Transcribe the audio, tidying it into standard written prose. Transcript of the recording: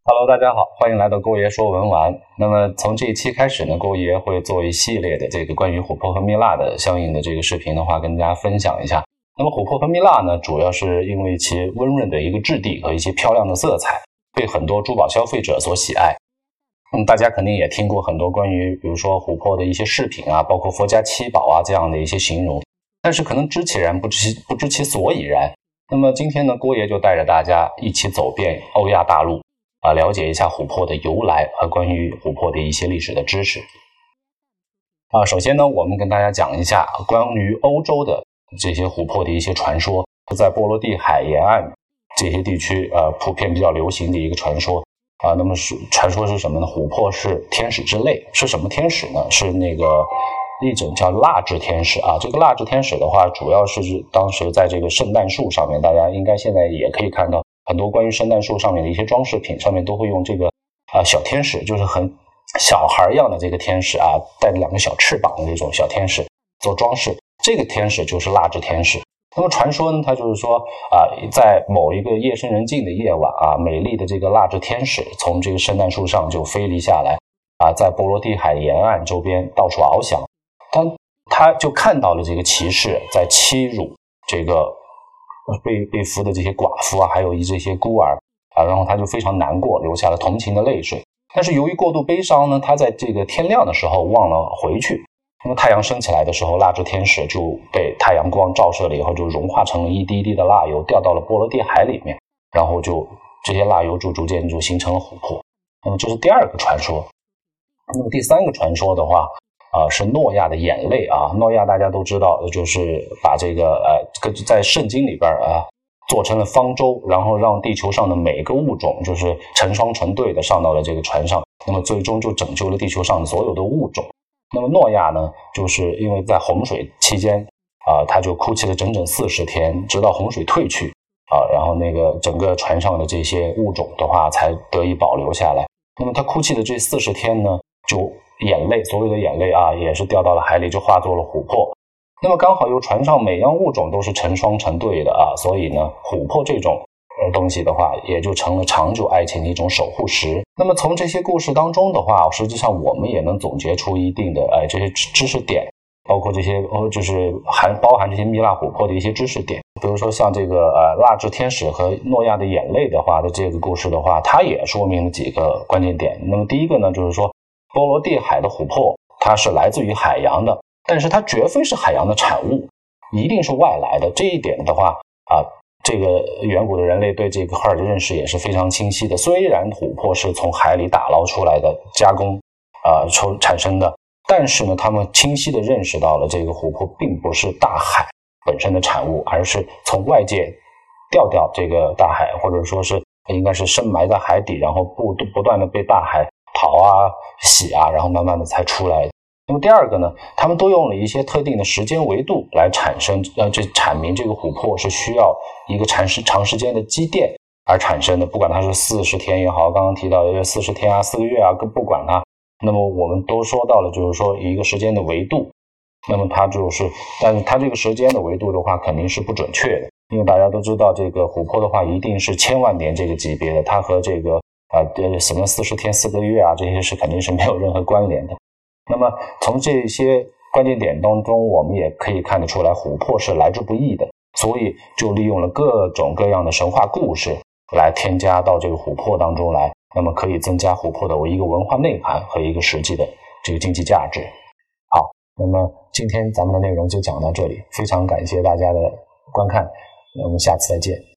Hello， 大家好，欢迎来到郭爷说文玩。那么从这一期开始呢，郭爷会做一系列的这个关于琥珀和蜜蜡的相应的这个视频的话，跟大家分享一下。那么琥珀和蜜蜡呢，主要是因为其温润的一个质地和一些漂亮的色彩，被很多珠宝消费者所喜爱。大家肯定也听过很多关于比如说琥珀的一些饰品啊，包括佛家七宝啊这样的一些形容，但是可能知其然不知其所以然。那么今天呢，郭爷就带着大家一起走遍欧亚大陆了解一下琥珀的由来和关于琥珀的一些历史的知识。首先呢，我们跟大家讲一下关于欧洲的这些琥珀的一些传说，在波罗的海沿岸这些地区普遍比较流行的一个传说。那么传说是什么呢？琥珀是天使之泪。是什么天使呢？是那个一种叫蜡质天使啊。这个蜡质天使的话，主要是当时在这个圣诞树上面，大家应该现在也可以看到很多关于圣诞树上面的一些装饰品，上面都会用这个小天使，就是很小孩一样的这个天使啊，带着2个小翅膀的这种小天使做装饰。这个天使就是蜡质天使。那么传说呢，它就是说在某一个夜深人静的夜晚美丽的这个蜡质天使从这个圣诞树上就飞离下来在波罗的海沿岸周边到处翱翔。他就看到了这个骑士在欺辱这个被俘的这些寡妇还有这些孤儿然后他就非常难过，流下了同情的泪水。但是由于过度悲伤呢，他在这个天亮的时候忘了回去。那么太阳升起来的时候，蜡质天使就被太阳光照射了以后，就融化成了一滴一滴的蜡油，掉到了波罗的海里面，然后这些蜡油逐渐就形成了琥珀。那么这是第2个传说。那么第3个传说的话是诺亚的眼泪诺亚大家都知道，就是把这个在圣经里边做成了方舟，然后让地球上的每个物种就是成双成对的上到了这个船上，那么最终就拯救了地球上的所有的物种。那么诺亚呢，就是因为在洪水期间他就哭泣了整整40天，直到洪水退去然后那个整个船上的这些物种的话才得以保留下来。那么他哭泣的这40天呢，就眼泪，所有的眼泪也是掉到了海里，就化作了琥珀。那么刚好又船上每样物种都是成双成对的所以呢，琥珀这种东西的话，也就成了长久爱情的一种守护石。那么从这些故事当中的话，实际上我们也能总结出一定的这些知识点，包括这些就是包含这些蜜蜡琥珀的一些知识点。比如说像这个蜡质天使和诺亚的眼泪的话的这个故事的话，它也说明了几个关键点。那么第一个呢，就是说波罗的海的琥珀它是来自于海洋的，但是它绝非是海洋的产物，一定是外来的。这一点的话这个远古的人类对这个块的认识也是非常清晰的。虽然琥珀是从海里打捞出来的，加工产生的，但是呢，他们清晰地认识到了这个琥珀并不是大海本身的产物，而是从外界调这个大海，或者说是应该是深埋在海底，然后不断的被大海淘洗然后慢慢的才出来。那么第2个呢，他们都用了一些特定的时间维度来阐明这个琥珀是需要一个长时间的积淀而产生的，不管它是40天也好，刚刚提到的40天4个月不管它。那么我们都说到了，就是说一个时间的维度。那么但是它这个时间的维度的话肯定是不准确的，因为大家都知道这个琥珀的话一定是千万年这个级别的，它和这个什么40天4个月这些是肯定是没有任何关联的。那么从这些关键点当中，我们也可以看得出来，琥珀是来之不易的，所以就利用了各种各样的神话故事来添加到这个琥珀当中来，那么可以增加琥珀的一个文化内涵和一个实际的这个经济价值。好，那么今天咱们的内容就讲到这里，非常感谢大家的观看，我们下次再见。